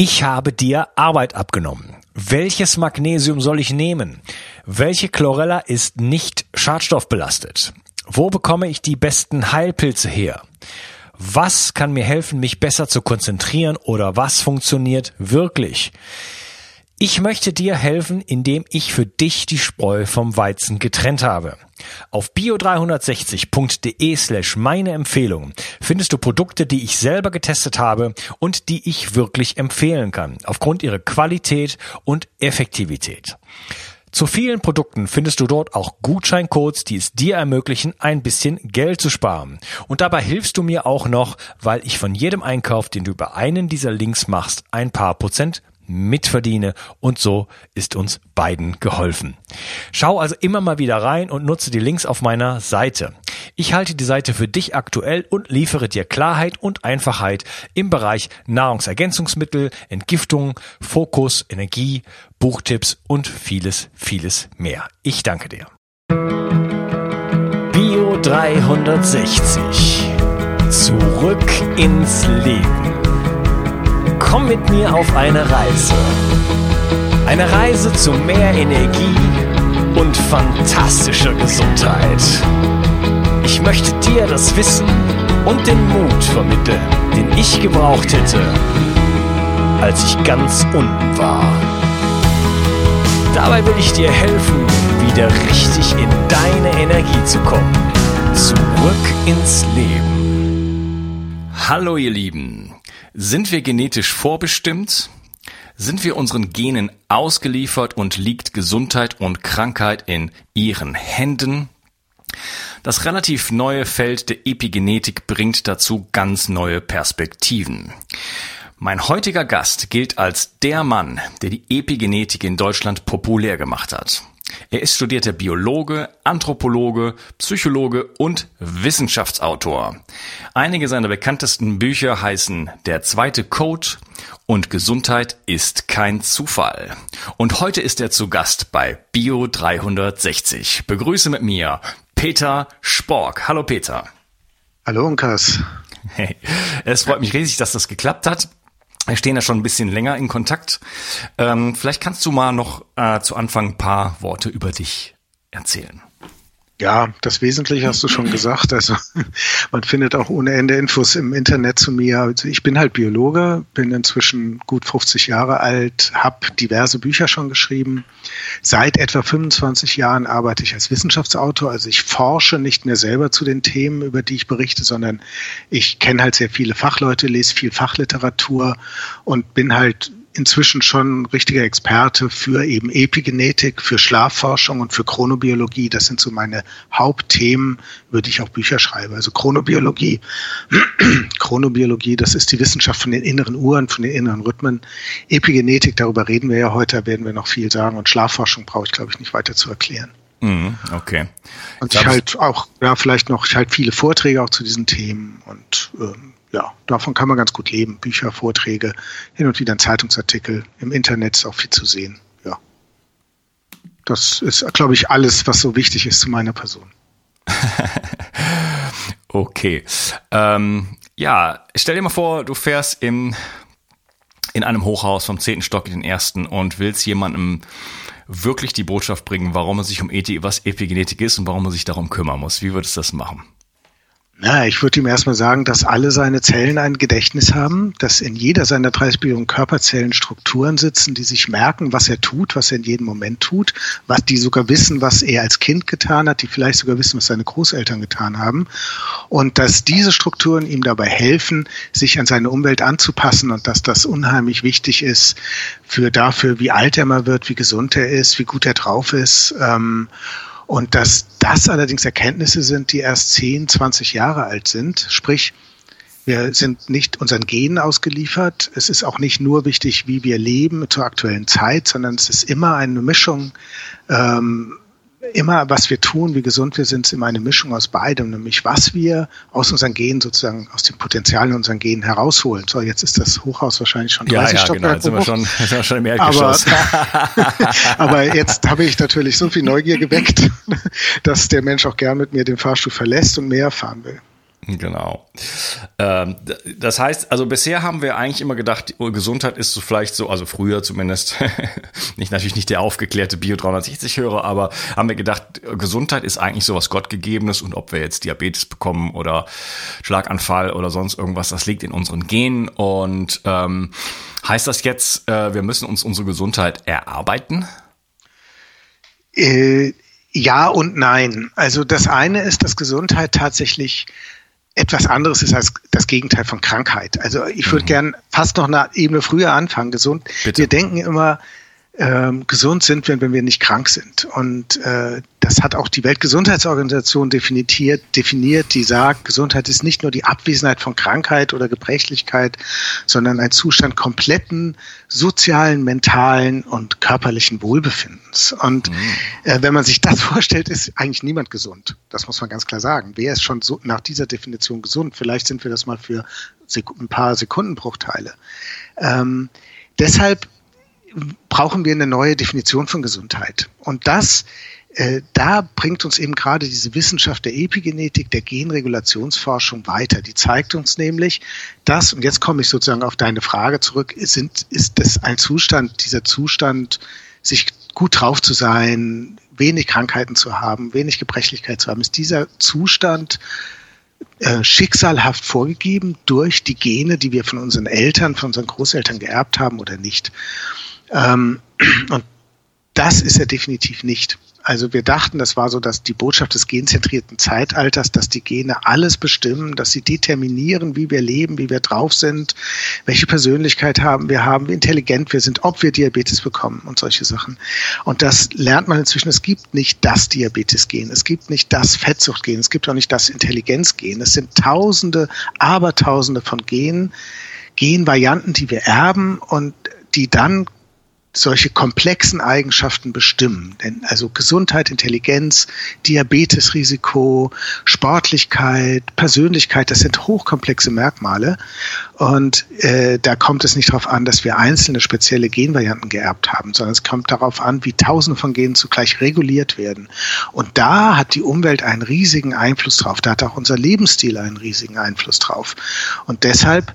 Ich habe dir Arbeit abgenommen. Welches Magnesium soll ich nehmen? Welche Chlorella ist nicht schadstoffbelastet? Wo bekomme ich die besten Heilpilze her? Was kann mir helfen, mich besser zu konzentrieren oder was funktioniert wirklich? Ich möchte dir helfen, indem ich für dich die Spreu vom Weizen getrennt habe. Auf bio360.de/meine Empfehlungen findest du Produkte, die ich selber getestet habe und die ich wirklich empfehlen kann, aufgrund ihrer Qualität und Effektivität. Zu vielen Produkten findest du dort auch Gutscheincodes, die es dir ermöglichen, ein bisschen Geld zu sparen. Und dabei hilfst du mir auch noch, weil ich von jedem Einkauf, den du über einen dieser Links machst, ein paar Prozent mitverdiene und so ist uns beiden geholfen. Schau also immer mal wieder rein und nutze die Links auf meiner Seite. Ich halte die Seite für dich aktuell und liefere dir Klarheit und Einfachheit im Bereich Nahrungsergänzungsmittel, Entgiftung, Fokus, Energie, Buchtipps und vieles, vieles mehr. Ich danke dir. Bio 360. Zurück ins Leben. Komm mit mir auf eine Reise. Eine Reise zu mehr Energie und fantastischer Gesundheit. Ich möchte dir das Wissen und den Mut vermitteln, den ich gebraucht hätte, als ich ganz unten war. Dabei will ich dir helfen, wieder richtig in deine Energie zu kommen. Zurück ins Leben. Hallo ihr Lieben. Sind wir genetisch vorbestimmt? Sind wir unseren Genen ausgeliefert und liegt Gesundheit und Krankheit in ihren Händen? Das relativ neue Feld der Epigenetik bringt dazu ganz neue Perspektiven. Mein heutiger Gast gilt als der Mann, der die Epigenetik in Deutschland populär gemacht hat. Er ist studierter Biologe, Anthropologe, Psychologe und Wissenschaftsautor. Einige seiner bekanntesten Bücher heißen Der zweite Code und Gesundheit ist kein Zufall. Und heute ist er zu Gast bei Bio 360. Begrüße mit mir Peter Spork. Hallo Peter. Hallo Unkas. Hey, es freut mich riesig, dass das geklappt hat. Wir stehen ja schon ein bisschen länger in Kontakt. Vielleicht kannst du mal noch zu Anfang ein paar Worte über dich erzählen. Ja, das Wesentliche hast du schon gesagt. Also man findet auch ohne Ende Infos im Internet zu mir. Also ich bin halt Biologe, bin inzwischen gut 50 Jahre alt, habe diverse Bücher schon geschrieben. Seit etwa 25 Jahren arbeite ich als Wissenschaftsautor. Also ich forsche nicht mehr selber zu den Themen, über die ich berichte, sondern ich kenne halt sehr viele Fachleute, lese viel Fachliteratur und bin halt inzwischen schon ein richtiger Experte für eben Epigenetik, für Schlafforschung und für Chronobiologie. Das sind so meine Hauptthemen, über die ich auch Bücher schreibe. Also Chronobiologie, das ist die Wissenschaft von den inneren Uhren, von den inneren Rhythmen. Epigenetik, darüber reden wir ja heute, da werden wir noch viel sagen. Und Schlafforschung brauche ich, glaube ich, nicht weiter zu erklären. Okay. Und ich halte auch, ja, vielleicht noch, ich halte viele Vorträge auch zu diesen Themen und ja, davon kann man ganz gut leben. Bücher, Vorträge, hin und wieder ein Zeitungsartikel. Im Internet ist auch viel zu sehen. Ja. Das ist, glaube ich, alles, was so wichtig ist zu meiner Person. Okay. Ja, stell dir mal vor, du fährst in einem Hochhaus vom 10. Stock in den ersten und willst jemandem wirklich die Botschaft bringen, warum er sich was Epigenetik ist und warum er sich darum kümmern muss. Wie würdest du das machen? Na, ich würde ihm erstmal sagen, dass alle seine Zellen ein Gedächtnis haben, dass in jeder seiner 30 Billionen Körperzellen Strukturen sitzen, die sich merken, was er tut, was er in jedem Moment tut, was die sogar wissen, was er als Kind getan hat, die vielleicht sogar wissen, was seine Großeltern getan haben. Und dass diese Strukturen ihm dabei helfen, sich an seine Umwelt anzupassen und dass das unheimlich wichtig ist dafür, wie alt er mal wird, wie gesund er ist, wie gut er drauf ist. Und dass das allerdings Erkenntnisse sind, die erst 10, 20 Jahre alt sind. Sprich, wir sind nicht unseren Genen ausgeliefert. Es ist auch nicht nur wichtig, wie wir leben zur aktuellen Zeit, sondern es ist immer eine Mischung. Immer, was wir tun, wie gesund wir sind, ist immer eine Mischung aus beidem. Nämlich, was wir aus unseren Genen sozusagen, aus den Potenzialen unserer Genen herausholen. So, jetzt ist das Hochhaus wahrscheinlich schon 30 Stockwerke. Ja, genau, jetzt sind wir schon im Erdgeschoss. Aber jetzt habe ich natürlich so viel Neugier geweckt, dass der Mensch auch gern mit mir den Fahrstuhl verlässt und mehr erfahren will. Genau. Das heißt, also bisher haben wir eigentlich immer gedacht, Gesundheit ist so vielleicht so, also früher zumindest, natürlich nicht der aufgeklärte Bio 360-Hörer, aber haben wir gedacht, Gesundheit ist eigentlich sowas Gottgegebenes und ob wir jetzt Diabetes bekommen oder Schlaganfall oder sonst irgendwas, das liegt in unseren Genen und heißt das jetzt, wir müssen uns unsere Gesundheit erarbeiten? Ja und nein. Also das eine ist, dass Gesundheit tatsächlich etwas anderes ist als das Gegenteil von Krankheit. Also ich würde gern fast noch eine Ebene früher anfangen. Gesund. Bitte. Wir denken immer, gesund sind wir, wenn wir nicht krank sind. Und das hat auch die Weltgesundheitsorganisation definiert, die sagt, Gesundheit ist nicht nur die Abwesenheit von Krankheit oder Gebrechlichkeit, sondern ein Zustand kompletten sozialen, mentalen und körperlichen Wohlbefindens. Und wenn man sich das vorstellt, ist eigentlich niemand gesund. Das muss man ganz klar sagen. Wer ist schon so nach dieser Definition gesund? Vielleicht sind wir das mal für ein paar Sekundenbruchteile. Deshalb brauchen wir eine neue Definition von Gesundheit. Und da bringt uns eben gerade diese Wissenschaft der Epigenetik, der Genregulationsforschung weiter. Die zeigt uns nämlich, dass, und jetzt komme ich sozusagen auf deine Frage zurück, ist das ein Zustand, dieser Zustand, sich gut drauf zu sein, wenig Krankheiten zu haben, wenig Gebrechlichkeit zu haben, ist dieser Zustand schicksalhaft vorgegeben durch die Gene, die wir von unseren Eltern, von unseren Großeltern geerbt haben oder nicht. Und das ist er definitiv nicht. Also wir dachten, das war so, dass die Botschaft des genzentrierten Zeitalters, dass die Gene alles bestimmen, dass sie determinieren, wie wir leben, wie wir drauf sind, welche Persönlichkeit haben, wie intelligent wir sind, ob wir Diabetes bekommen und solche Sachen. Und das lernt man inzwischen. Es gibt nicht das Diabetes-Gen, es gibt nicht das Fettsucht-Gen, es gibt auch nicht das Intelligenz-Gen. Es sind Tausende, Abertausende von Genvarianten, die wir erben und die dann solche komplexen Eigenschaften bestimmen. Denn also Gesundheit, Intelligenz, Diabetesrisiko, Sportlichkeit, Persönlichkeit, das sind hochkomplexe Merkmale. Und da kommt es nicht darauf an, dass wir einzelne spezielle Genvarianten geerbt haben, sondern es kommt darauf an, wie Tausende von Genen zugleich reguliert werden. Und da hat die Umwelt einen riesigen Einfluss drauf. Da hat auch unser Lebensstil einen riesigen Einfluss drauf. Und deshalb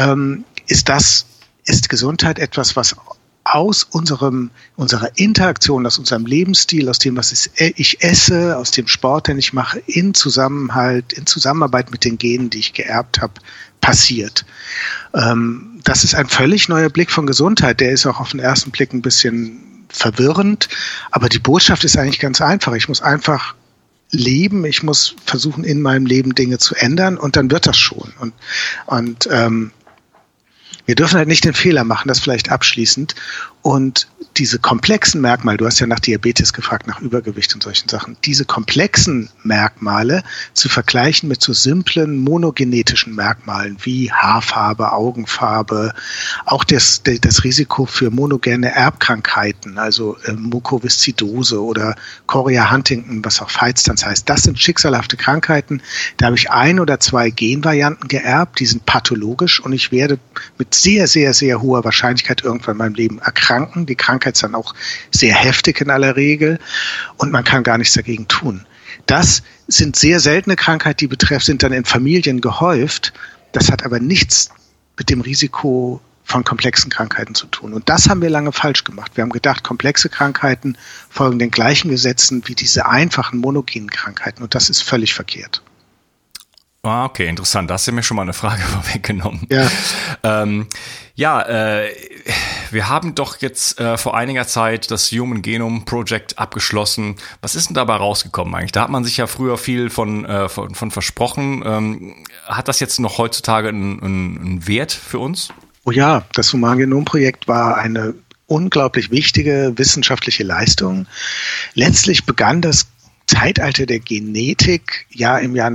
ist Gesundheit etwas, was aus unserer Interaktion, aus unserem Lebensstil, aus dem, was ich esse, aus dem Sport, den ich mache, in Zusammenarbeit mit den Genen, die ich geerbt habe, passiert. Das ist ein völlig neuer Blick von Gesundheit. Der ist auch auf den ersten Blick ein bisschen verwirrend, aber die Botschaft ist eigentlich ganz einfach. Ich muss einfach leben, ich muss versuchen, in meinem Leben Dinge zu ändern und dann wird das schon. Und wir dürfen halt nicht den Fehler machen, das vielleicht abschließend. Und diese komplexen Merkmale, du hast ja nach Diabetes gefragt, nach Übergewicht und solchen Sachen, diese komplexen Merkmale zu vergleichen mit so simplen monogenetischen Merkmalen wie Haarfarbe, Augenfarbe, auch das Risiko für monogene Erbkrankheiten, also Mukoviszidose oder Chorea-Huntington, was auch Feitstanz heißt. Das sind schicksalhafte Krankheiten. Da habe ich 1 oder 2 Genvarianten geerbt, die sind pathologisch und ich werde mit sehr, sehr, sehr hoher Wahrscheinlichkeit irgendwann in meinem Leben erkranken. Die Krankheit ist dann auch sehr heftig in aller Regel und man kann gar nichts dagegen tun. Das sind sehr seltene Krankheiten, sind dann in Familien gehäuft. Das hat aber nichts mit dem Risiko von komplexen Krankheiten zu tun. Und das haben wir lange falsch gemacht. Wir haben gedacht, komplexe Krankheiten folgen den gleichen Gesetzen wie diese einfachen monogenen Krankheiten. Und das ist völlig verkehrt. Ah, okay, interessant. Da hast du mir schon mal eine Frage vorweggenommen. Ja. Wir haben doch jetzt vor einiger Zeit das Human Genome Project abgeschlossen. Was ist denn dabei rausgekommen eigentlich? Da hat man sich ja früher viel von versprochen. Hat das jetzt noch heutzutage einen Wert für uns? Oh ja, das Human Genome Projekt war eine unglaublich wichtige wissenschaftliche Leistung. Letztlich begann das Zeitalter der Genetik ja im Jahr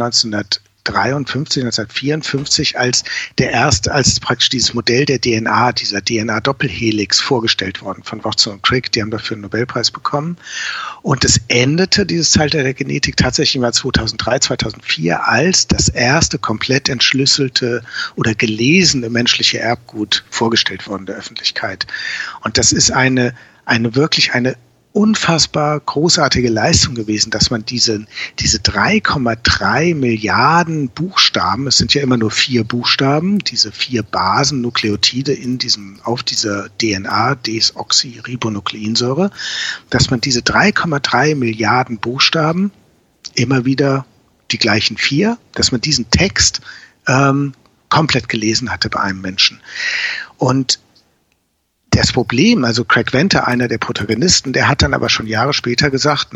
1954, als praktisch dieses Modell der DNA, dieser DNA-Doppelhelix vorgestellt worden von Watson und Crick, die haben dafür einen Nobelpreis bekommen. Und es endete, dieses Zeitalter der Genetik, tatsächlich im Jahr 2003, 2004, als das erste komplett entschlüsselte oder gelesene menschliche Erbgut vorgestellt worden der Öffentlichkeit. Und das ist eine unfassbar großartige Leistung gewesen, dass man diese 3,3 Milliarden Buchstaben, es sind ja immer nur 4 Buchstaben, diese 4 Basen, Nukleotide auf dieser DNA, Desoxyribonukleinsäure, dass man diese 3,3 Milliarden Buchstaben immer wieder die gleichen 4, dass man diesen Text komplett gelesen hatte bei einem Menschen. Und das Problem, also Craig Venter, einer der Protagonisten, der hat dann aber schon Jahre später gesagt,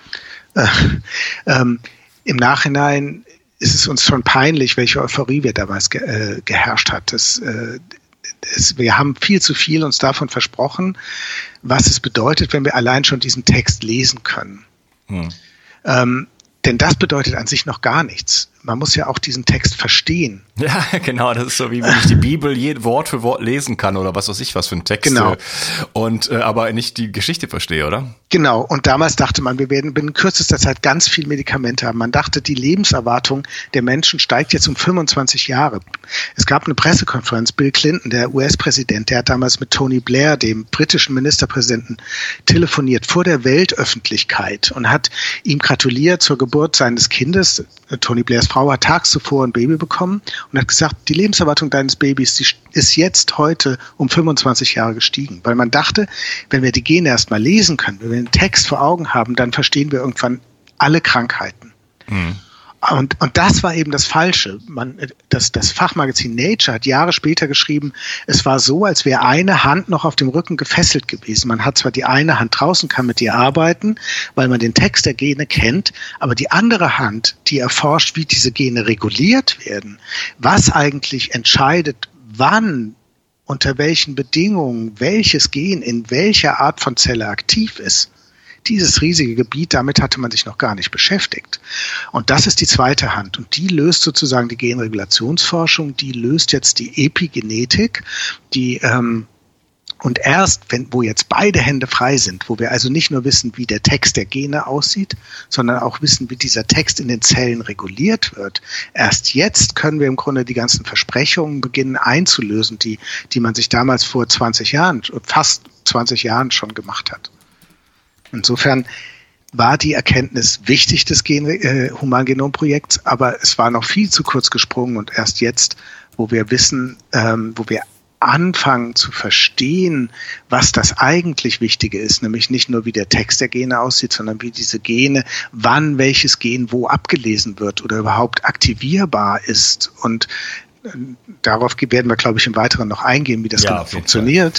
im Nachhinein ist es uns schon peinlich, welche Euphorie wir damals geherrscht hat. Wir haben viel zu viel uns davon versprochen, was es bedeutet, wenn wir allein schon diesen Text lesen können. Denn das bedeutet an sich noch gar nichts. Man muss ja auch diesen Text verstehen. Ja, genau. Das ist so, wie wenn ich die Bibel Wort für Wort lesen kann oder was weiß ich, was für ein Text. Genau. Und aber nicht die Geschichte verstehe, oder? Genau. Und damals dachte man, wir werden binnen kürzester Zeit ganz viel Medikamente haben. Man dachte, die Lebenserwartung der Menschen steigt jetzt um 25 Jahre. Es gab eine Pressekonferenz. Bill Clinton, der US-Präsident, der hat damals mit Tony Blair, dem britischen Ministerpräsidenten, telefoniert vor der Weltöffentlichkeit und hat ihm gratuliert zur Geburt seines Kindes. Tony Blairs Frau hat tags zuvor ein Baby bekommen und hat gesagt, die Lebenserwartung deines Babys ist jetzt heute um 25 Jahre gestiegen. Weil man dachte, wenn wir die Gene erst mal lesen können, wenn wir den Text vor Augen haben, dann verstehen wir irgendwann alle Krankheiten. Und das war eben das Falsche. Das Fachmagazin Nature hat Jahre später geschrieben, es war so, als wäre eine Hand noch auf dem Rücken gefesselt gewesen. Man hat zwar die eine Hand draußen, kann mit ihr arbeiten, weil man den Text der Gene kennt, aber die andere Hand, die erforscht, wie diese Gene reguliert werden, was eigentlich entscheidet, wann, unter welchen Bedingungen, welches Gen in welcher Art von Zelle aktiv ist. Dieses riesige Gebiet, damit hatte man sich noch gar nicht beschäftigt. Und das ist die zweite Hand. Und die löst sozusagen die Genregulationsforschung, die löst jetzt die Epigenetik, und erst, wo jetzt beide Hände frei sind, wo wir also nicht nur wissen, wie der Text der Gene aussieht, sondern auch wissen, wie dieser Text in den Zellen reguliert wird, erst jetzt können wir im Grunde die ganzen Versprechungen beginnen einzulösen, die man sich damals vor 20 Jahren, fast 20 Jahren schon gemacht hat. Insofern war die Erkenntnis wichtig des Humangenomprojekts, aber es war noch viel zu kurz gesprungen und erst jetzt, wo wir wissen, wo wir anfangen zu verstehen, was das eigentlich Wichtige ist, nämlich nicht nur wie der Text der Gene aussieht, sondern wie diese Gene, wann welches Gen wo abgelesen wird oder überhaupt aktivierbar ist. Und darauf werden wir, glaube ich, im Weiteren noch eingehen, wie das genau funktioniert.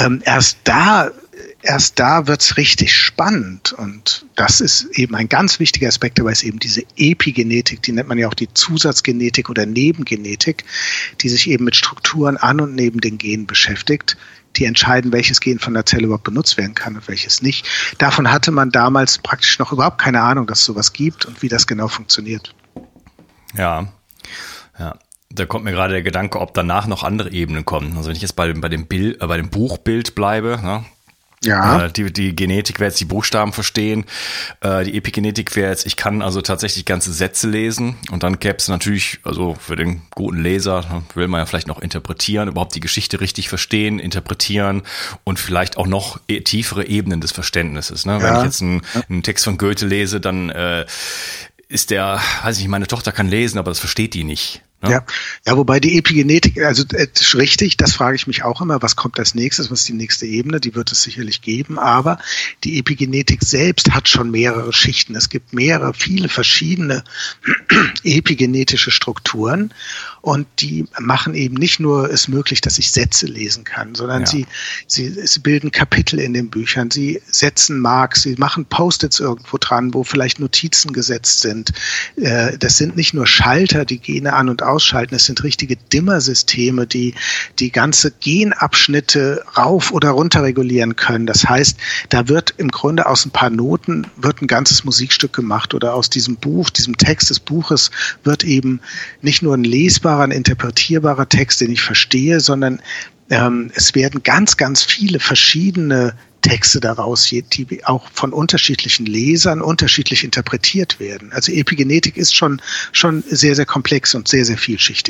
Erst da wird's richtig spannend und das ist eben ein ganz wichtiger Aspekt, dabei ist eben diese Epigenetik, die nennt man ja auch die Zusatzgenetik oder Nebengenetik, die sich eben mit Strukturen an und neben den Genen beschäftigt, die entscheiden, welches Gen von der Zelle überhaupt benutzt werden kann und welches nicht. Davon hatte man damals praktisch noch überhaupt keine Ahnung, dass es sowas gibt und wie das genau funktioniert. Ja. Da kommt mir gerade der Gedanke, ob danach noch andere Ebenen kommen. Also wenn ich jetzt bei dem Buchbild bleibe, ne? Ja. Die Genetik wäre jetzt die Buchstaben verstehen, die Epigenetik wäre jetzt, ich kann also tatsächlich ganze Sätze lesen und dann gäbe es natürlich, also für den guten Leser, will man ja vielleicht noch interpretieren, überhaupt die Geschichte richtig verstehen, interpretieren und vielleicht auch noch tiefere Ebenen des Verständnisses. Ne? Ja. Wenn ich jetzt einen Text von Goethe lese, dann ist weiß ich nicht, meine Tochter kann lesen, aber das versteht die nicht. Ja, wobei die Epigenetik, also richtig, das frage ich mich auch immer, was kommt als nächstes, was ist die nächste Ebene, die wird es sicherlich geben, aber die Epigenetik selbst hat schon mehrere Schichten. Es gibt viele verschiedene epigenetische Strukturen und die machen eben nicht nur es möglich, dass ich Sätze lesen kann, sondern sie bilden Kapitel in den Büchern, sie setzen Marks, sie machen Post-its irgendwo dran, wo vielleicht Notizen gesetzt sind. Das sind nicht nur Schalter, die Gene an- und ausschalten, es sind richtige Dimmersysteme, die ganze Genabschnitte rauf oder runter regulieren können. Das heißt, da wird im Grunde aus ein paar Noten wird ein ganzes Musikstück gemacht oder aus diesem Buch, diesem Text des Buches wird eben nicht nur ein lesbarer, ein interpretierbarer Text, den ich verstehe, sondern es werden ganz, ganz viele verschiedene Texte daraus, die auch von unterschiedlichen Lesern unterschiedlich interpretiert werden. Also Epigenetik ist schon sehr, sehr komplex und sehr, sehr vielschichtig.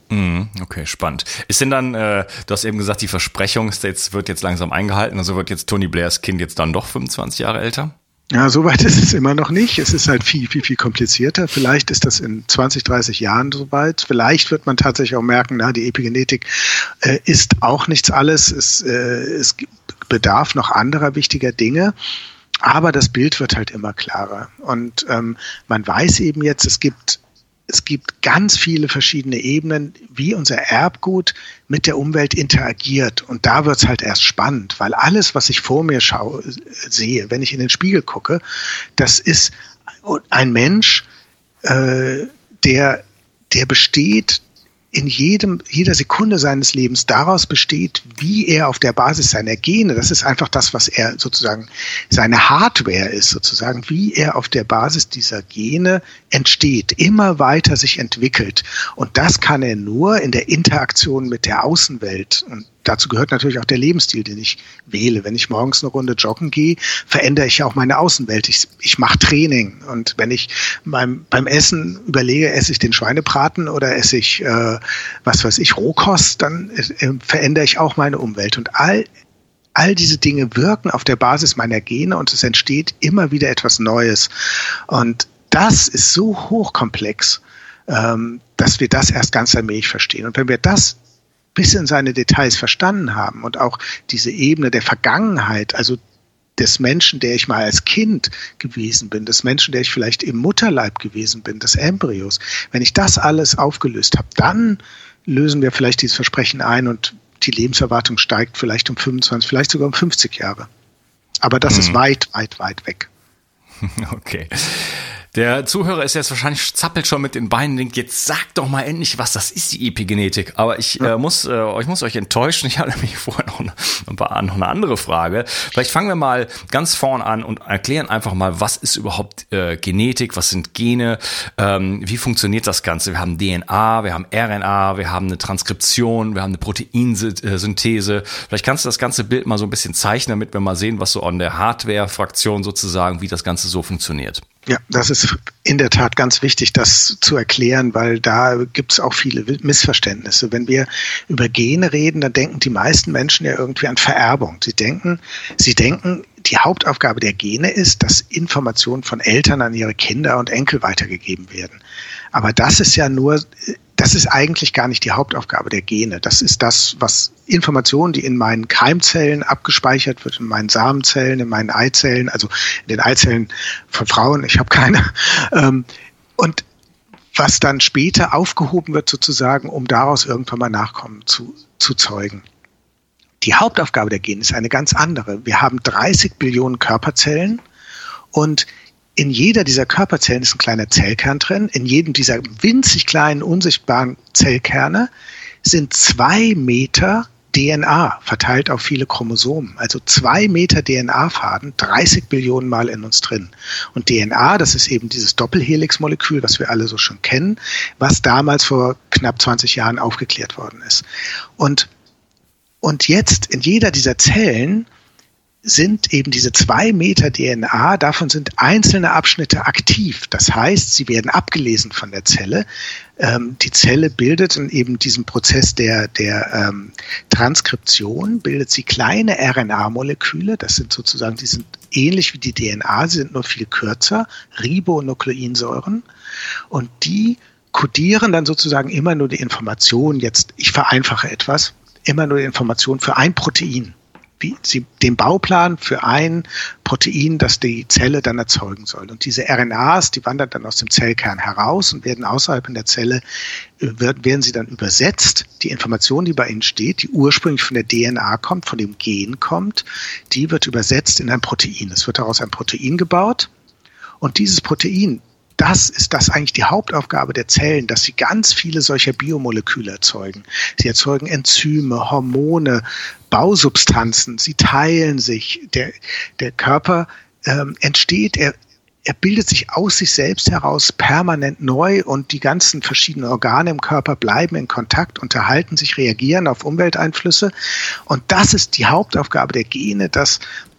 Okay, spannend. Ist denn dann, du hast eben gesagt, die Versprechung wird jetzt langsam eingehalten, also wird jetzt Tony Blairs Kind jetzt dann doch 25 Jahre älter? Ja, so weit ist es immer noch nicht. Es ist halt viel, viel, viel komplizierter. Vielleicht ist das in 20, 30 Jahren soweit. Vielleicht wird man tatsächlich auch merken, die Epigenetik ist auch nichts alles. Es bedarf noch anderer wichtiger Dinge. Aber das Bild wird halt immer klarer. Und man weiß eben jetzt, es gibt ganz viele verschiedene Ebenen, wie unser Erbgut mit der Umwelt interagiert. Und da wird's halt erst spannend, weil alles, was ich vor mir sehe, wenn ich in den Spiegel gucke, das ist ein Mensch, der besteht in jeder Sekunde seines Lebens daraus besteht, wie er auf der Basis seiner Gene, das ist einfach das, was er sozusagen, seine Hardware ist sozusagen, wie er auf der Basis dieser Gene entsteht, immer weiter sich entwickelt. Und das kann er nur in der Interaktion mit der Außenwelt. Und dazu gehört natürlich auch der Lebensstil, den ich wähle. Wenn ich morgens eine Runde joggen gehe, verändere ich auch meine Außenwelt. Ich mache Training. Und wenn ich beim Essen überlege, esse ich den Schweinebraten oder esse ich, Rohkost, dann verändere ich auch meine Umwelt. Und all diese Dinge wirken auf der Basis meiner Gene und es entsteht immer wieder etwas Neues. Und das ist so hochkomplex, dass wir das erst ganz allmählich verstehen. Und wenn wir das bis in seine Details verstanden haben und auch diese Ebene der Vergangenheit, also des Menschen, der ich mal als Kind gewesen bin, des Menschen, der ich vielleicht im Mutterleib gewesen bin, des Embryos, wenn ich das alles aufgelöst habe, dann lösen wir vielleicht dieses Versprechen ein und die Lebenserwartung steigt vielleicht um 25, vielleicht sogar um 50 Jahre. Aber das ist weit, weit, weit weg. Okay. Der Zuhörer ist jetzt wahrscheinlich, zappelt schon mit den Beinen, denkt, jetzt sagt doch mal endlich, was das ist, die Epigenetik. Aber ich muss euch enttäuschen, ich habe nämlich vorher noch eine andere Frage. Vielleicht fangen wir mal ganz vorn an und erklären einfach mal, was ist überhaupt Genetik, was sind Gene, wie funktioniert das Ganze? Wir haben DNA, wir haben RNA, wir haben eine Transkription, wir haben eine Proteinsynthese. Vielleicht kannst du das ganze Bild mal so ein bisschen zeichnen, damit wir mal sehen, was so an der Hardware-Fraktion sozusagen, wie das Ganze so funktioniert. Ja, das ist in der Tat ganz wichtig, das zu erklären, weil da gibt es auch viele Missverständnisse. Wenn wir über Gene reden, dann denken die meisten Menschen ja irgendwie an Vererbung. Sie denken, die Hauptaufgabe der Gene ist, dass Informationen von Eltern an ihre Kinder und Enkel weitergegeben werden. Aber das ist eigentlich gar nicht die Hauptaufgabe der Gene. Das ist das, was Informationen, die in meinen Keimzellen abgespeichert wird, in meinen Samenzellen, in meinen Eizellen, also in den Eizellen von Frauen, ich habe keine, und was dann später aufgehoben wird sozusagen, um daraus irgendwann mal Nachkommen zu zeugen. Die Hauptaufgabe der Gene ist eine ganz andere. Wir haben 30 Billionen Körperzellen und in jeder dieser Körperzellen ist ein kleiner Zellkern drin. In jedem dieser winzig kleinen, unsichtbaren Zellkerne sind 2 Meter DNA verteilt auf viele Chromosomen. Also 2 Meter DNA-Faden, 30 Billionen Mal in uns drin. Und DNA, das ist eben dieses Doppelhelix-Molekül, was wir alle so schon kennen, was damals vor knapp 20 Jahren aufgeklärt worden ist. Und jetzt in jeder dieser Zellen sind eben diese 2 Meter DNA, davon sind einzelne Abschnitte aktiv. Das heißt, sie werden abgelesen von der Zelle. Die Zelle bildet in eben diesem Prozess der Transkription, bildet sie kleine RNA-Moleküle. Das sind sozusagen, die sind ähnlich wie die DNA, sie sind nur viel kürzer, Ribonukleinsäuren. Und die kodieren dann sozusagen immer nur die Information, jetzt, ich vereinfache etwas, immer nur die Information für ein Protein. Den Bauplan für ein Protein, das die Zelle dann erzeugen soll. Und diese RNAs, die wandern dann aus dem Zellkern heraus und werden außerhalb in der Zelle, werden sie dann übersetzt. Die Information, die bei ihnen steht, die ursprünglich von der DNA kommt, von dem Gen kommt, die wird übersetzt in ein Protein. Es wird daraus ein Protein gebaut und dieses Protein, das ist eigentlich die Hauptaufgabe der Zellen, dass sie ganz viele solcher Biomoleküle erzeugen. Sie erzeugen Enzyme, Hormone, Bausubstanzen, sie teilen sich. Der Körper entsteht, er bildet sich aus sich selbst heraus permanent neu und die ganzen verschiedenen Organe im Körper bleiben in Kontakt, unterhalten sich, reagieren auf Umwelteinflüsse. Und das ist die Hauptaufgabe der Gene, dass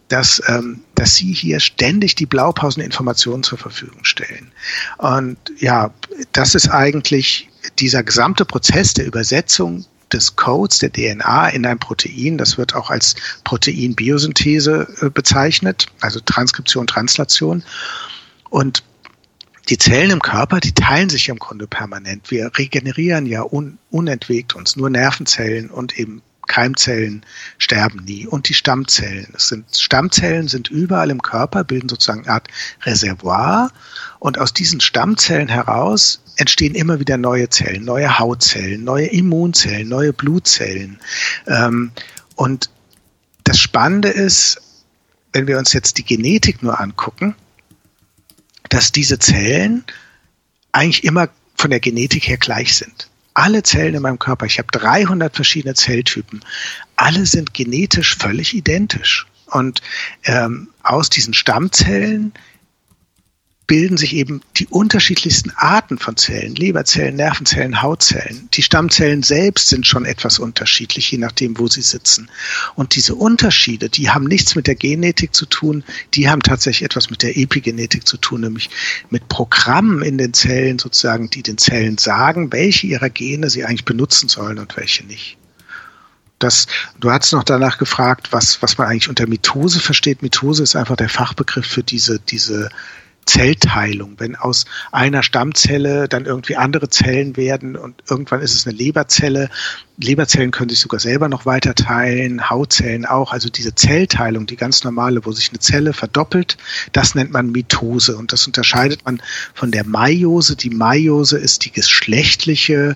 dass sie hier ständig die Blaupauseninformationen zur Verfügung stellen. Und ja, das ist eigentlich dieser gesamte Prozess der Übersetzung des Codes der DNA in ein Protein. Das wird auch als Proteinbiosynthese bezeichnet, also Transkription, Translation. Und die Zellen im Körper, die teilen sich im Grunde permanent. Wir regenerieren ja unentwegt uns. Nur Nervenzellen und eben Keimzellen sterben nie. Und die Stammzellen sind überall im Körper, bilden sozusagen eine Art Reservoir. Und aus diesen Stammzellen heraus entstehen immer wieder neue Zellen, neue Hautzellen, neue Immunzellen, neue Blutzellen. Und das Spannende ist, wenn wir uns jetzt die Genetik nur angucken, dass diese Zellen eigentlich immer von der Genetik her gleich sind. Alle Zellen in meinem Körper, ich habe 300 verschiedene Zelltypen, alle sind genetisch völlig identisch. Und aus diesen Stammzellen bilden sich eben die unterschiedlichsten Arten von Zellen, Leberzellen, Nervenzellen, Hautzellen. Die Stammzellen selbst sind schon etwas unterschiedlich, je nachdem, wo sie sitzen. Und diese Unterschiede, die haben nichts mit der Genetik zu tun, die haben tatsächlich etwas mit der Epigenetik zu tun, nämlich mit Programmen in den Zellen sozusagen, die den Zellen sagen, welche ihrer Gene sie eigentlich benutzen sollen und welche nicht. Du hast noch danach gefragt, was man eigentlich unter Mitose versteht. Mitose ist einfach der Fachbegriff für diese Zellteilung, wenn aus einer Stammzelle dann irgendwie andere Zellen werden und irgendwann ist es eine Leberzelle. Leberzellen können sich sogar selber noch weiter teilen, Hautzellen auch. Also diese Zellteilung, die ganz normale, wo sich eine Zelle verdoppelt, das nennt man Mitose und das unterscheidet man von der Meiose. Die Meiose ist die geschlechtliche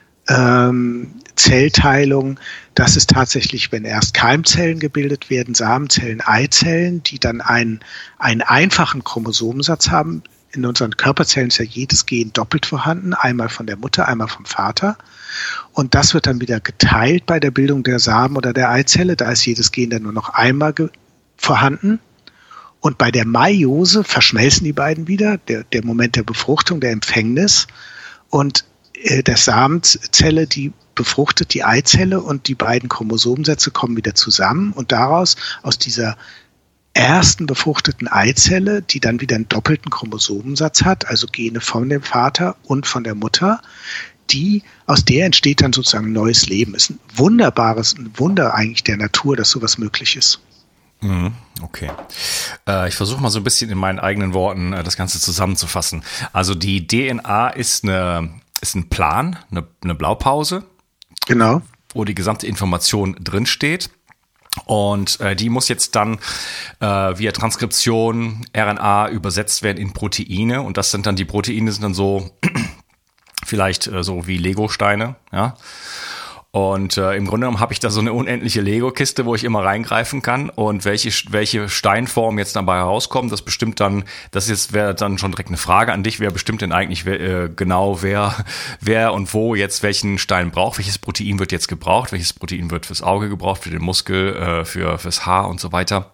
Zellteilung. Das ist tatsächlich, wenn erst Keimzellen gebildet werden, Samenzellen, Eizellen, die dann einen einfachen Chromosomensatz haben. In unseren Körperzellen ist ja jedes Gen doppelt vorhanden, einmal von der Mutter, einmal vom Vater. Und das wird dann wieder geteilt bei der Bildung der Samen oder der Eizelle. Da ist jedes Gen dann nur noch einmal vorhanden. Und bei der Meiose verschmelzen die beiden wieder, der Moment der Befruchtung, der Empfängnis. Und der Samenzelle, die befruchtet die Eizelle und die beiden Chromosomensätze kommen wieder zusammen und daraus, aus dieser ersten befruchteten Eizelle, die dann wieder einen doppelten Chromosomensatz hat, also Gene von dem Vater und von der Mutter, aus der entsteht dann sozusagen ein neues Leben. Ist ein Wunder eigentlich der Natur, dass sowas möglich ist. Okay. Ich versuche mal so ein bisschen in meinen eigenen Worten das Ganze zusammenzufassen. Also die DNA ist ein Plan, eine Blaupause, genau, wo die gesamte Information drinsteht. Und die muss jetzt dann via Transkription, RNA übersetzt werden in Proteine. Und das sind dann, die Proteine sind dann so vielleicht so wie Lego-Steine, ja. Und im Grunde genommen habe ich da so eine unendliche Lego-Kiste, wo ich immer reingreifen kann. Und welche Steinform jetzt dabei herauskommt, das bestimmt dann, wäre dann schon direkt eine Frage an dich, wer bestimmt denn eigentlich genau wer und wo jetzt welchen Stein braucht, welches Protein wird jetzt gebraucht, welches Protein wird fürs Auge gebraucht, für den Muskel, fürs Haar und so weiter.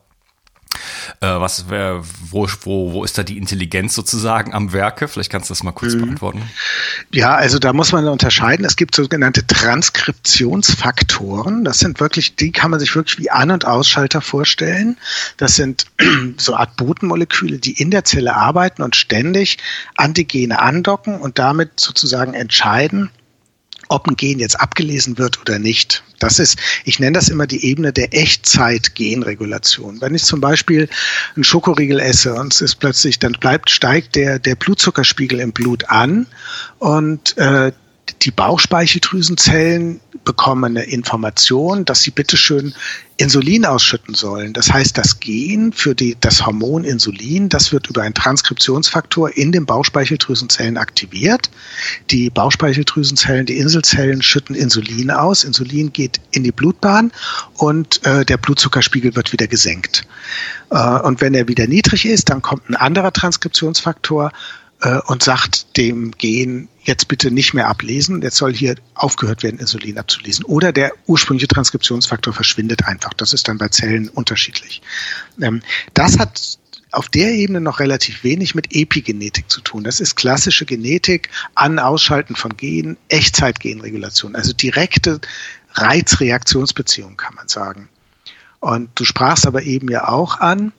Wo ist da die Intelligenz sozusagen am Werke? Vielleicht kannst du das mal kurz beantworten. Ja, also da muss man unterscheiden. Es gibt sogenannte Transkriptionsfaktoren. Das sind wirklich, die kann man sich wirklich wie An- und Ausschalter vorstellen. Das sind so Art Botenmoleküle, die in der Zelle arbeiten und ständig Antigene andocken und damit sozusagen entscheiden, ob ein Gen jetzt abgelesen wird oder nicht. Ich nenne das immer die Ebene der Echtzeit-Genregulation. Wenn ich zum Beispiel einen Schokoriegel esse und es ist plötzlich, dann steigt der Blutzuckerspiegel im Blut an und die Bauchspeicheldrüsenzellen bekommen eine Information, dass sie bitteschön Insulin ausschütten sollen. Das heißt, das Gen für das Hormon Insulin, das wird über einen Transkriptionsfaktor in den Bauchspeicheldrüsenzellen aktiviert. Die Bauchspeicheldrüsenzellen, die Inselzellen schütten Insulin aus. Insulin geht in die Blutbahn und der Blutzuckerspiegel wird wieder gesenkt. Und wenn er wieder niedrig ist, dann kommt ein anderer Transkriptionsfaktor und sagt dem Gen, jetzt bitte nicht mehr ablesen, jetzt soll hier aufgehört werden, Insulin abzulesen. Oder der ursprüngliche Transkriptionsfaktor verschwindet einfach. Das ist dann bei Zellen unterschiedlich. Das hat auf der Ebene noch relativ wenig mit Epigenetik zu tun. Das ist klassische Genetik, An-, Ausschalten von Genen, Echtzeitgenregulation, also direkte Reizreaktionsbeziehung, kann man sagen. Und du sprachst aber eben ja auch an,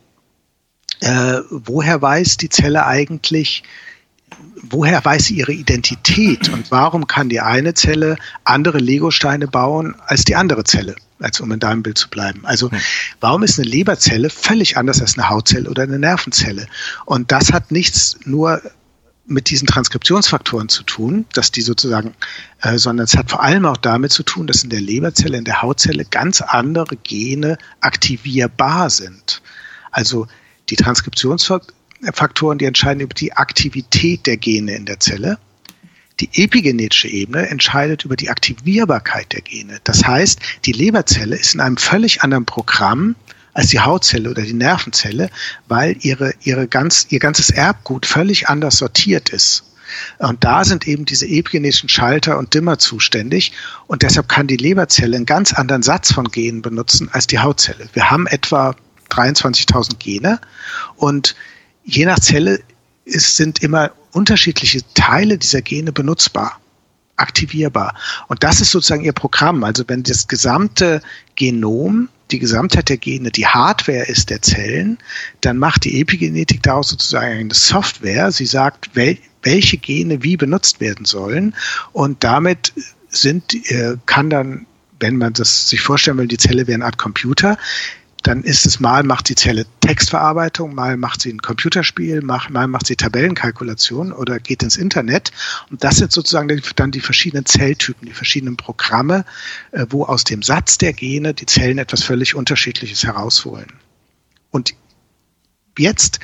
woher weiß die Zelle eigentlich, woher weiß sie ihre Identität und warum kann die eine Zelle andere Legosteine bauen als die andere Zelle, um in deinem Bild zu bleiben. Also warum ist eine Leberzelle völlig anders als eine Hautzelle oder eine Nervenzelle? Und das hat nichts nur mit diesen Transkriptionsfaktoren zu tun, dass die sozusagen, sondern es hat vor allem auch damit zu tun, dass in der Leberzelle, in der Hautzelle ganz andere Gene aktivierbar sind. Also die Transkriptionsfaktoren, die entscheiden über die Aktivität der Gene in der Zelle. Die epigenetische Ebene entscheidet über die Aktivierbarkeit der Gene. Das heißt, die Leberzelle ist in einem völlig anderen Programm als die Hautzelle oder die Nervenzelle, weil ihr ganzes Erbgut völlig anders sortiert ist. Und da sind eben diese epigenetischen Schalter und Dimmer zuständig. Und deshalb kann die Leberzelle einen ganz anderen Satz von Genen benutzen als die Hautzelle. Wir haben etwa 23.000 Gene und je nach Zelle sind immer unterschiedliche Teile dieser Gene benutzbar, aktivierbar. Und das ist sozusagen ihr Programm. Also wenn das gesamte Genom, die Gesamtheit der Gene die Hardware ist der Zellen, dann macht die Epigenetik daraus sozusagen eine Software. Sie sagt, welche Gene wie benutzt werden sollen. Und damit kann dann, wenn man das sich vorstellen will, die Zelle wäre eine Art Computer, dann ist es mal macht die Zelle Textverarbeitung, mal macht sie ein Computerspiel, mal macht sie Tabellenkalkulation oder geht ins Internet. Und das sind sozusagen dann die verschiedenen Zelltypen, die verschiedenen Programme, wo aus dem Satz der Gene die Zellen etwas völlig Unterschiedliches herausholen. Und jetzt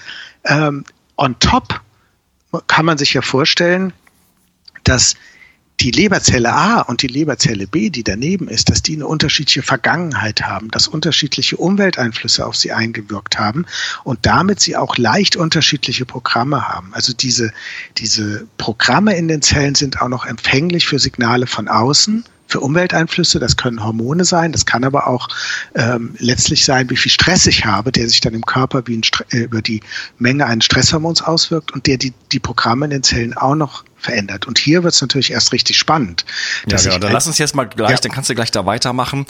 on top kann man sich ja vorstellen, dass die Leberzelle A und die Leberzelle B, die daneben ist, dass die eine unterschiedliche Vergangenheit haben, dass unterschiedliche Umwelteinflüsse auf sie eingewirkt haben und damit sie auch leicht unterschiedliche Programme haben. Also diese Programme in den Zellen sind auch noch empfänglich für Signale von außen, für Umwelteinflüsse. Das können Hormone sein, das kann aber auch letztlich sein, wie viel Stress ich habe, der sich dann im Körper über die Menge eines Stresshormons auswirkt und der die Programme in den Zellen auch noch verändert. Und hier wird es natürlich erst richtig spannend. Ja, genau. Dann lass uns jetzt mal gleich, dann kannst du gleich da weitermachen.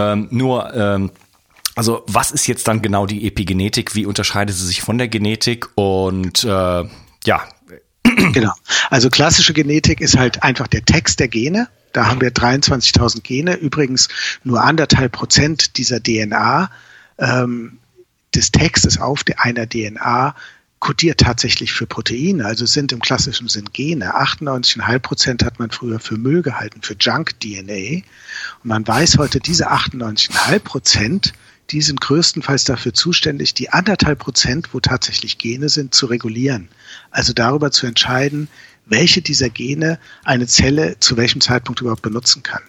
Also was ist jetzt dann genau die Epigenetik? Wie unterscheidet sie sich von der Genetik? Und Genau. Also klassische Genetik ist halt einfach der Text der Gene. Da haben wir 23.000 Gene. Übrigens nur 1,5% dieser DNA des Textes auf einer DNA kodiert tatsächlich für Proteine, also es sind im klassischen Sinn Gene. 98,5% hat man früher für Müll gehalten, für Junk-DNA. Und man weiß heute, diese 98,5%, die sind größtenteils dafür zuständig, die 1,5%, wo tatsächlich Gene sind, zu regulieren. Also darüber zu entscheiden, welche dieser Gene eine Zelle zu welchem Zeitpunkt überhaupt benutzen kann.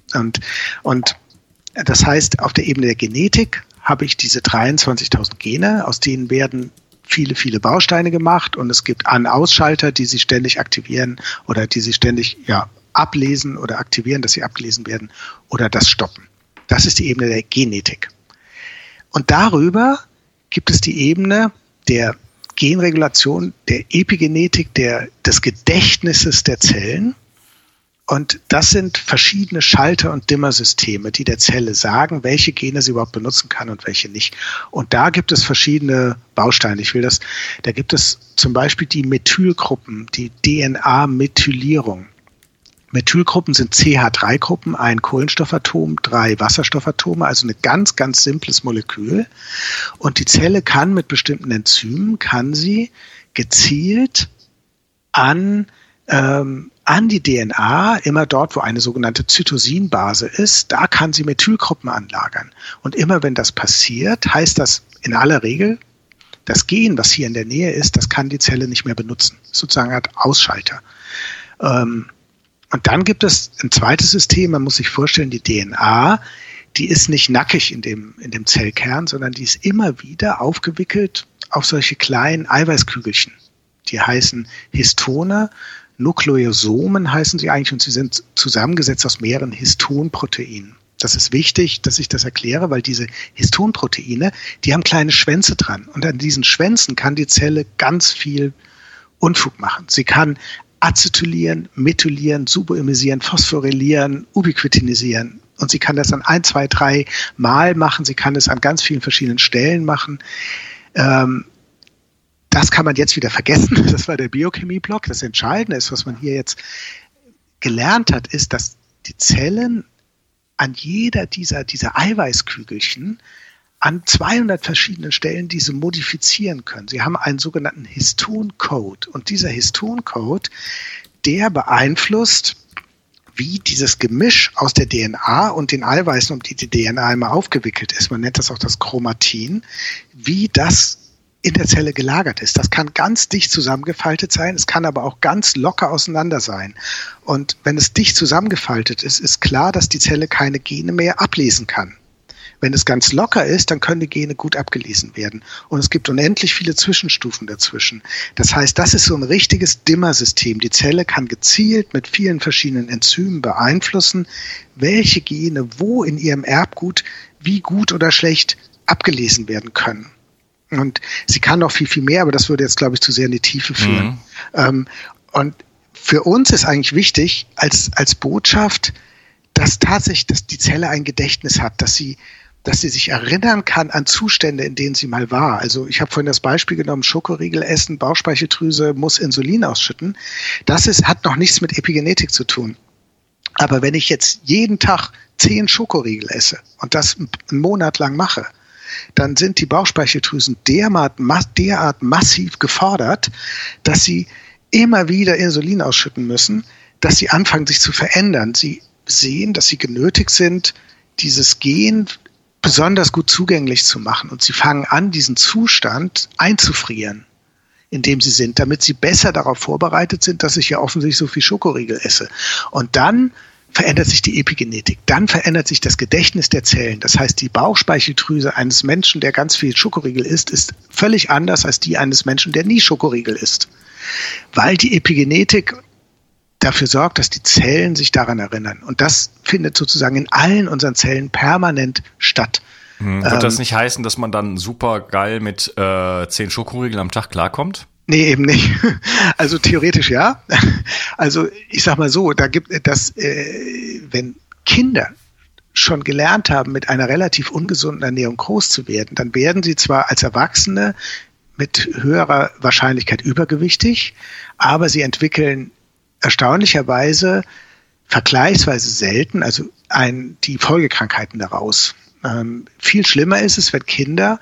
Und das heißt, auf der Ebene der Genetik habe ich diese 23.000 Gene, aus denen werden viele, viele Bausteine gemacht und es gibt An-Ausschalter, die sie ständig aktivieren oder die sie ständig ablesen oder aktivieren, dass sie abgelesen werden oder das stoppen. Das ist die Ebene der Genetik. Und darüber gibt es die Ebene der Genregulation, der Epigenetik, des Gedächtnisses der Zellen. Und das sind verschiedene Schalter- und Dimmersysteme, die der Zelle sagen, welche Gene sie überhaupt benutzen kann und welche nicht. Und da gibt es verschiedene Bausteine. Da gibt es zum Beispiel die Methylgruppen, die DNA-Methylierung. Methylgruppen sind CH3-Gruppen, ein Kohlenstoffatom, 3 Wasserstoffatome, also ein ganz, ganz simples Molekül. Und die Zelle kann mit bestimmten Enzymen, gezielt an die DNA, immer dort, wo eine sogenannte Cytosinbase ist, da kann sie Methylgruppen anlagern. Und immer wenn das passiert, heißt das in aller Regel, das Gen, was hier in der Nähe ist, das kann die Zelle nicht mehr benutzen. Sozusagen eine Art Ausschalter. Und dann gibt es ein zweites System, man muss sich vorstellen, die DNA, die ist nicht nackig in dem Zellkern, sondern die ist immer wieder aufgewickelt auf solche kleinen Eiweißkügelchen. Die heißen Histone, Nukleosomen heißen sie eigentlich und sie sind zusammengesetzt aus mehreren Histonproteinen. Das ist wichtig, dass ich das erkläre, weil diese Histonproteine, die haben kleine Schwänze dran und an diesen Schwänzen kann die Zelle ganz viel Unfug machen. Sie kann acetylieren, methylieren, suboimisieren, phosphorylieren, ubiquitinisieren Und sie kann das an 1, 2, 3 Mal machen. Sie kann es an ganz vielen verschiedenen Stellen machen. Das kann man jetzt wieder vergessen. Das war der Biochemie-Block. Das Entscheidende ist, was man hier jetzt gelernt hat, ist, dass die Zellen an jeder dieser Eiweißkügelchen an 200 verschiedenen Stellen diese modifizieren können. Sie haben einen sogenannten Histon-Code. Und dieser Histon-Code, der beeinflusst, wie dieses Gemisch aus der DNA und den Eiweißen, um die DNA immer aufgewickelt ist, man nennt das auch das Chromatin, wie das in der Zelle gelagert ist. Das kann ganz dicht zusammengefaltet sein, es kann aber auch ganz locker auseinander sein. Und wenn es dicht zusammengefaltet ist, ist klar, dass die Zelle keine Gene mehr ablesen kann. Wenn es ganz locker ist, dann können die Gene gut abgelesen werden. Und es gibt unendlich viele Zwischenstufen dazwischen. Das heißt, das ist so ein richtiges Dimmersystem. Die Zelle kann gezielt mit vielen verschiedenen Enzymen beeinflussen, welche Gene wo in ihrem Erbgut wie gut oder schlecht abgelesen werden können. Und sie kann noch viel, viel mehr, aber das würde jetzt, glaube ich, zu sehr in die Tiefe führen. Und für uns ist eigentlich wichtig, als Botschaft, dass tatsächlich die Zelle ein Gedächtnis hat, dass sie sich erinnern kann an Zustände, in denen sie mal war. Also ich habe vorhin das Beispiel genommen, Schokoriegel essen, Bauchspeicheldrüse muss Insulin ausschütten. Das hat noch nichts mit Epigenetik zu tun. Aber wenn ich jetzt jeden Tag 10 Schokoriegel esse und das einen Monat lang mache, dann sind die Bauchspeicheldrüsen derart massiv gefordert, dass sie immer wieder Insulin ausschütten müssen, dass sie anfangen, sich zu verändern. Sie sehen, dass sie genötigt sind, dieses Gen besonders gut zugänglich zu machen. Und sie fangen an, diesen Zustand einzufrieren, in dem sie sind, damit sie besser darauf vorbereitet sind, dass ich ja offensichtlich so viel Schokoriegel esse. Und dann verändert sich die Epigenetik. Dann verändert sich das Gedächtnis der Zellen. Das heißt, die Bauchspeicheldrüse eines Menschen, der ganz viel Schokoriegel isst, ist völlig anders als die eines Menschen, der nie Schokoriegel isst. Weil die Epigenetik dafür sorgt, dass die Zellen sich daran erinnern. Und das findet sozusagen in allen unseren Zellen permanent statt. Wird das nicht heißen, dass man dann super geil mit 10 Schokoriegeln am Tag klarkommt? Nee, eben nicht. Also theoretisch ja. Also ich sag mal so, da gibt das, wenn Kinder schon gelernt haben, mit einer relativ ungesunden Ernährung groß zu werden, dann werden sie zwar als Erwachsene mit höherer Wahrscheinlichkeit übergewichtig, aber sie entwickeln erstaunlicherweise vergleichsweise selten, also die Folgekrankheiten daraus. Viel schlimmer ist es, wenn Kinder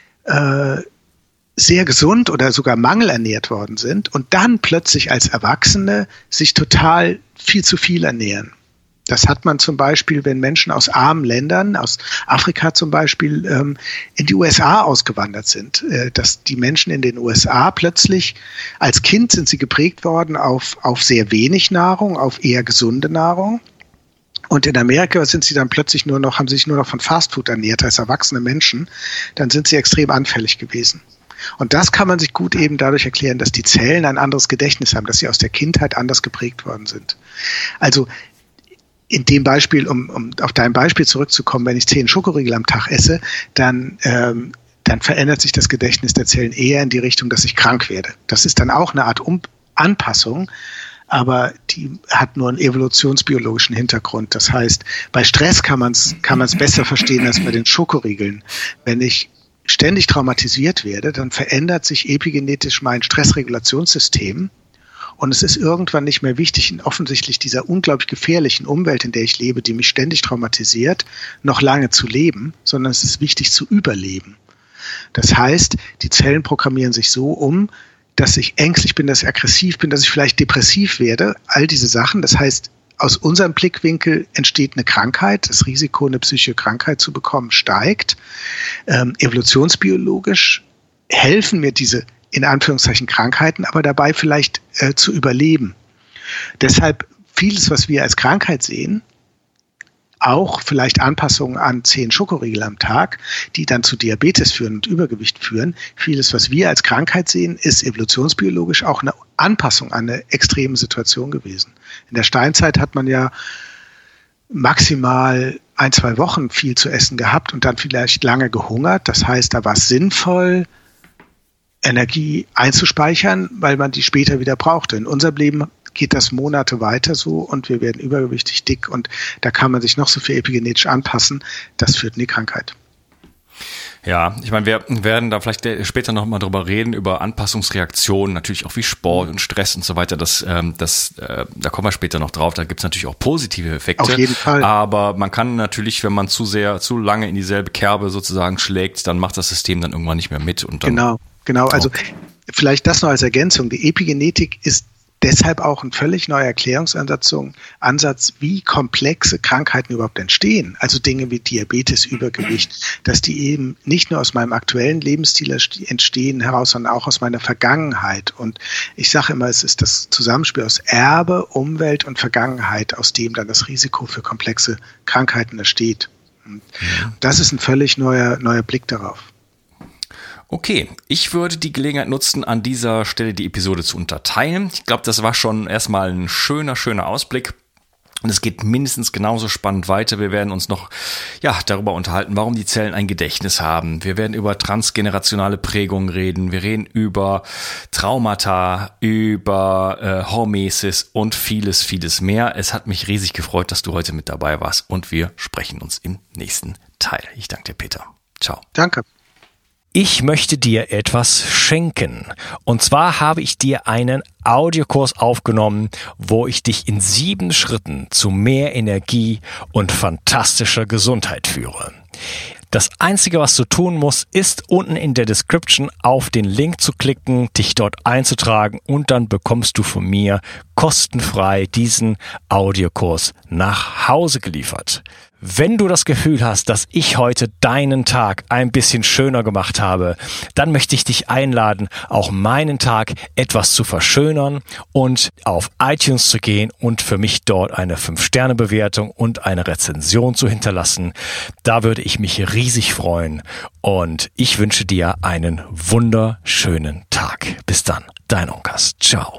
sehr gesund oder sogar mangelernährt worden sind und dann plötzlich als Erwachsene sich total viel zu viel ernähren. Das hat man zum Beispiel, wenn Menschen aus armen Ländern, aus Afrika zum Beispiel, in die USA ausgewandert sind. Dass die Menschen in den USA plötzlich, als Kind sind sie geprägt worden auf sehr wenig Nahrung, auf eher gesunde Nahrung. Und in Amerika sind sie dann plötzlich haben sie sich nur noch von Fastfood ernährt als erwachsene Menschen. Dann sind sie extrem anfällig gewesen. Und das kann man sich gut eben dadurch erklären, dass die Zellen ein anderes Gedächtnis haben, dass sie aus der Kindheit anders geprägt worden sind. Also in dem Beispiel, um auf dein Beispiel zurückzukommen, wenn ich 10 Schokoriegel am Tag esse, dann verändert sich das Gedächtnis der Zellen eher in die Richtung, dass ich krank werde. Das ist dann auch eine Art Anpassung, aber die hat nur einen evolutionsbiologischen Hintergrund. Das heißt, bei Stress kann man es besser verstehen als bei den Schokoriegeln. Wenn ich ständig traumatisiert werde, dann verändert sich epigenetisch mein Stressregulationssystem und es ist irgendwann nicht mehr wichtig, in offensichtlich dieser unglaublich gefährlichen Umwelt, in der ich lebe, die mich ständig traumatisiert, noch lange zu leben, sondern es ist wichtig zu überleben. Das heißt, die Zellen programmieren sich so um, dass ich ängstlich bin, dass ich aggressiv bin, dass ich vielleicht depressiv werde, all diese Sachen. Das heißt, aus unserem Blickwinkel entsteht eine Krankheit, das Risiko, eine psychische Krankheit zu bekommen, steigt. Evolutionsbiologisch helfen mir diese, in Anführungszeichen, Krankheiten, aber dabei vielleicht zu überleben. Deshalb vieles, was wir als Krankheit sehen, auch vielleicht Anpassungen an 10 Schokoriegel am Tag, die dann zu Diabetes führen und Übergewicht führen. Vieles, was wir als Krankheit sehen, ist evolutionsbiologisch auch eine Anpassung an eine extreme Situation gewesen. In der Steinzeit hat man ja maximal 1-2 Wochen viel zu essen gehabt und dann vielleicht lange gehungert. Das heißt, da war es sinnvoll, Energie einzuspeichern, weil man die später wieder brauchte. In unserem Leben geht das Monate weiter so und wir werden übergewichtig, dick und da kann man sich noch so viel epigenetisch anpassen. Das führt in die Krankheit. Ja, ich meine, wir werden da vielleicht später noch mal drüber reden, über Anpassungsreaktionen, natürlich auch wie Sport und Stress und so weiter. Da kommen wir später noch drauf. Da gibt's natürlich auch positive Effekte. Auf jeden Fall. Aber man kann natürlich, wenn man zu lange in dieselbe Kerbe sozusagen schlägt, dann macht das System dann irgendwann nicht mehr mit. Und dann, genau. Also vielleicht das noch als Ergänzung. Die Epigenetik ist deshalb auch ein völlig neuer Erklärungsansatz, wie komplexe Krankheiten überhaupt entstehen. Also Dinge wie Diabetes, Übergewicht, dass die eben nicht nur aus meinem aktuellen Lebensstil entstehen heraus, sondern auch aus meiner Vergangenheit. Und ich sage immer, es ist das Zusammenspiel aus Erbe, Umwelt und Vergangenheit, aus dem dann das Risiko für komplexe Krankheiten entsteht. Und das ist ein völlig neuer Blick darauf. Okay, ich würde die Gelegenheit nutzen, an dieser Stelle die Episode zu unterteilen. Ich glaube, das war schon erstmal ein schöner Ausblick. Und es geht mindestens genauso spannend weiter. Wir werden uns noch darüber unterhalten, warum die Zellen ein Gedächtnis haben. Wir werden über transgenerationale Prägungen reden. Wir reden über Traumata, über Hormesis und vieles, vieles mehr. Es hat mich riesig gefreut, dass du heute mit dabei warst. Und wir sprechen uns im nächsten Teil. Ich danke dir, Peter. Ciao. Danke. Ich möchte dir etwas schenken. Und zwar habe ich dir einen Audiokurs aufgenommen, wo ich dich in 7 Schritten zu mehr Energie und fantastischer Gesundheit führe. Das Einzige, was du tun musst, ist unten in der Description auf den Link zu klicken, dich dort einzutragen und dann bekommst du von mir kostenfrei diesen Audiokurs nach Hause geliefert. Wenn du das Gefühl hast, dass ich heute deinen Tag ein bisschen schöner gemacht habe, dann möchte ich dich einladen, auch meinen Tag etwas zu verschönern und auf iTunes zu gehen und für mich dort eine 5-Sterne-Bewertung und eine Rezension zu hinterlassen. Da würde ich mich riesig freuen und ich wünsche dir einen wunderschönen Tag. Bis dann, dein Onkas. Ciao.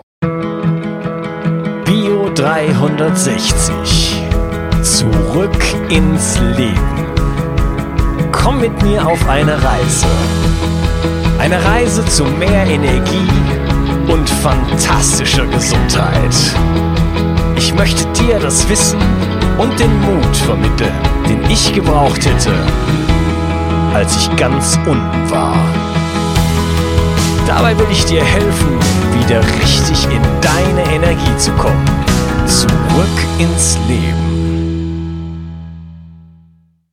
Bio 360. Zurück ins Leben. Komm mit mir auf eine Reise. Eine Reise zu mehr Energie und fantastischer Gesundheit. Ich möchte dir das Wissen und den Mut vermitteln, den ich gebraucht hätte, als ich ganz unten war. Dabei will ich dir helfen, wieder richtig in deine Energie zu kommen. Zurück ins Leben.